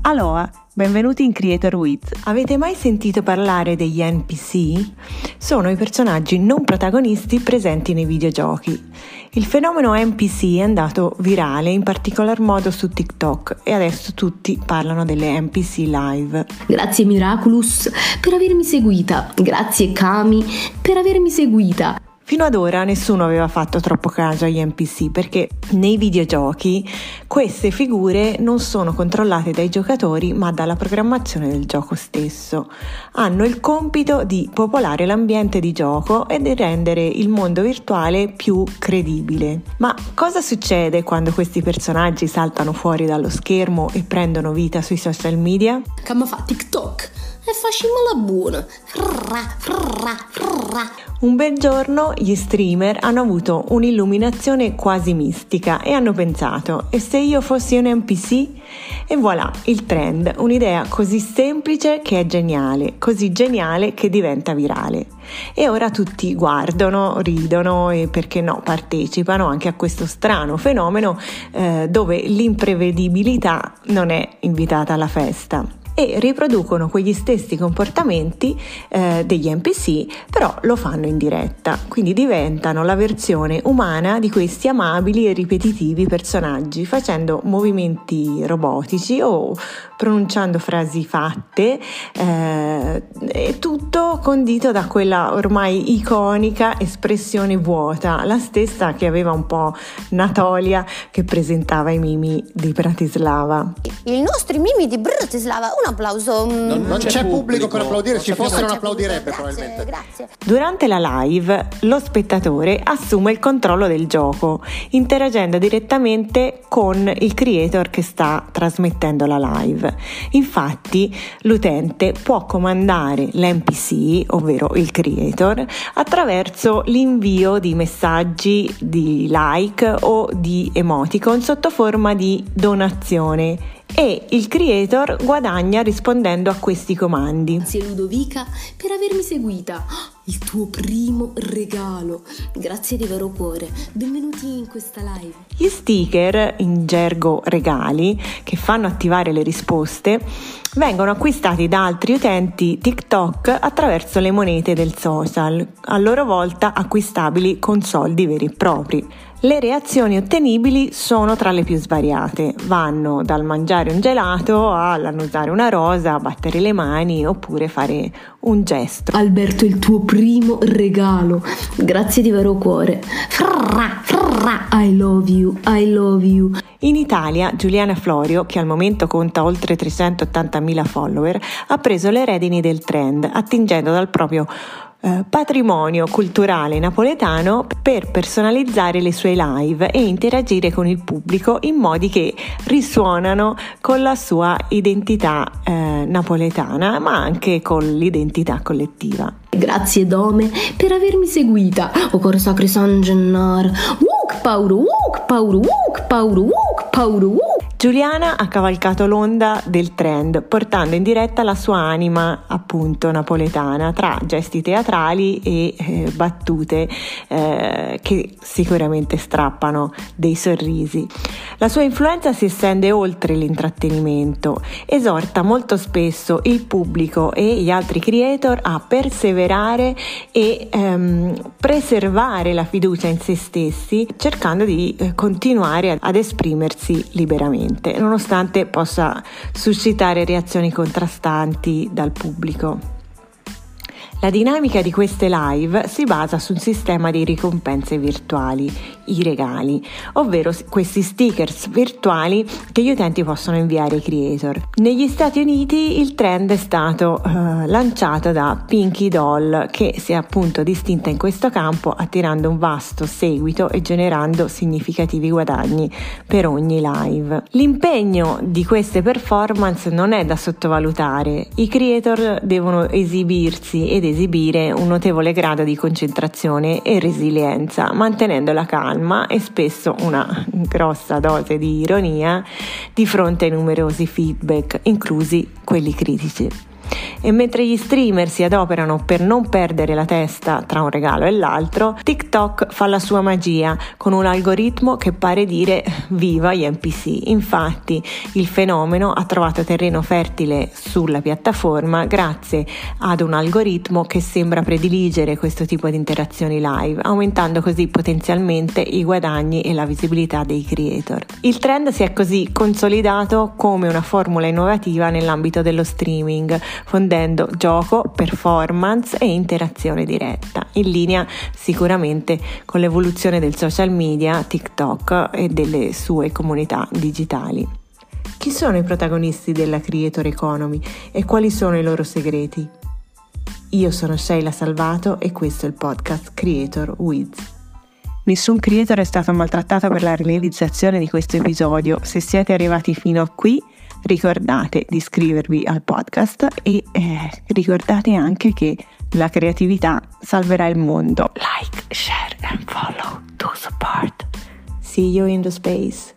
Aloha, benvenuti in Creator With. Avete mai sentito parlare degli NPC? Sono i personaggi non protagonisti presenti nei videogiochi. Il fenomeno NPC è andato virale in particolar modo su TikTok e adesso tutti parlano delle NPC live. Grazie Miraculous per avermi seguita, grazie Kami per avermi seguita. Fino ad ora nessuno aveva fatto troppo caso agli NPC perché nei videogiochi queste figure non sono controllate dai giocatori ma dalla programmazione del gioco stesso. Hanno il compito di popolare l'ambiente di gioco e di rendere il mondo virtuale più credibile. Ma cosa succede quando questi personaggi saltano fuori dallo schermo e prendono vita sui social media? Come fa TikTok e facciamo la buona. Un bel giorno gli streamer hanno avuto un'illuminazione quasi mistica e hanno pensato: e se io fossi un NPC? E voilà, il trend, un'idea così semplice che è geniale, così geniale che diventa virale. E ora tutti guardano, ridono e perché no, partecipano anche a questo strano fenomeno dove l'imprevedibilità non è invitata alla festa. E riproducono quegli stessi comportamenti degli NPC, però lo fanno in diretta, quindi diventano la versione umana di questi amabili e ripetitivi personaggi, facendo movimenti robotici o pronunciando frasi fatte, e tutto condito da quella ormai iconica espressione vuota, la stessa che aveva un po' Natolia che presentava i mimi di Bratislava. I nostri mimi di Bratislava, un applauso. Non c'è pubblico per applaudire, ci fosse non applaudirebbe grazie, probabilmente. Grazie. Durante la live lo spettatore assume il controllo del gioco, interagendo direttamente con il creator che sta trasmettendo la live. Infatti l'utente può comandare l'NPC, ovvero il creator, attraverso l'invio di messaggi di like o di emoticon sotto forma di donazione. E il creator guadagna rispondendo a questi comandi. Grazie Ludovica per avermi seguita. Il tuo primo regalo. Grazie di vero cuore. Benvenuti in questa live. Gli sticker, in gergo regali, che fanno attivare le risposte, vengono acquistati da altri utenti TikTok attraverso le monete del social, a loro volta acquistabili con soldi veri e propri. Le reazioni ottenibili sono tra le più svariate, vanno dal mangiare un gelato all'annusare una rosa, a battere le mani oppure fare un gesto. Alberto, il tuo primo regalo. Grazie di vero cuore. I love you, I love you. In Italia Giuliana Florio, che al momento conta oltre 380.000 follower, ha preso le redini del trend, attingendo dal proprio patrimonio culturale napoletano per personalizzare le sue live e interagire con il pubblico in modi che risuonano con la sua identità napoletana, ma anche con l'identità collettiva. Grazie Dome per avermi seguita. O coro sacri San Gennaro. Pauro. Giuliana ha cavalcato l'onda del trend, portando in diretta la sua anima, appunto, napoletana, tra gesti teatrali e battute che sicuramente strappano dei sorrisi. La sua influenza si estende oltre l'intrattenimento, esorta molto spesso il pubblico e gli altri creator a perseverare e preservare la fiducia in se stessi, cercando di continuare ad esprimersi liberamente, nonostante possa suscitare reazioni contrastanti dal pubblico. La dinamica di queste live si basa su un sistema di ricompense virtuali, i regali, ovvero questi stickers virtuali che gli utenti possono inviare ai creator. Negli Stati Uniti il trend è stato lanciato da Pinky Doll, che si è appunto distinta in questo campo, attirando un vasto seguito e generando significativi guadagni per ogni live. L'impegno di queste performance non è da sottovalutare. I creator devono esibirsi ed esibire un notevole grado di concentrazione e resilienza, mantenendo la calma e spesso una grossa dose di ironia di fronte ai numerosi feedback, inclusi quelli critici. E mentre gli streamer si adoperano per non perdere la testa tra un regalo e l'altro, TikTok fa la sua magia con un algoritmo che pare dire viva gli NPC. Infatti il fenomeno ha trovato terreno fertile sulla piattaforma grazie ad un algoritmo che sembra prediligere questo tipo di interazioni live, aumentando così potenzialmente i guadagni e la visibilità dei creator. Il trend si è così consolidato come una formula innovativa nell'ambito dello streaming, fondendo gioco, performance e interazione diretta, in linea sicuramente con l'evoluzione del social media, TikTok e delle sue comunità digitali. Chi sono i protagonisti della creator economy e quali sono i loro segreti? Io sono Sheila Salvato e questo è il podcast Creator Wiz. Nessun creator è stato maltrattato per la realizzazione di questo episodio. Se siete arrivati fino a qui, ricordate di iscrivervi al podcast e ricordate anche che la creatività salverà il mondo. Like, share and follow to support. See you in the space.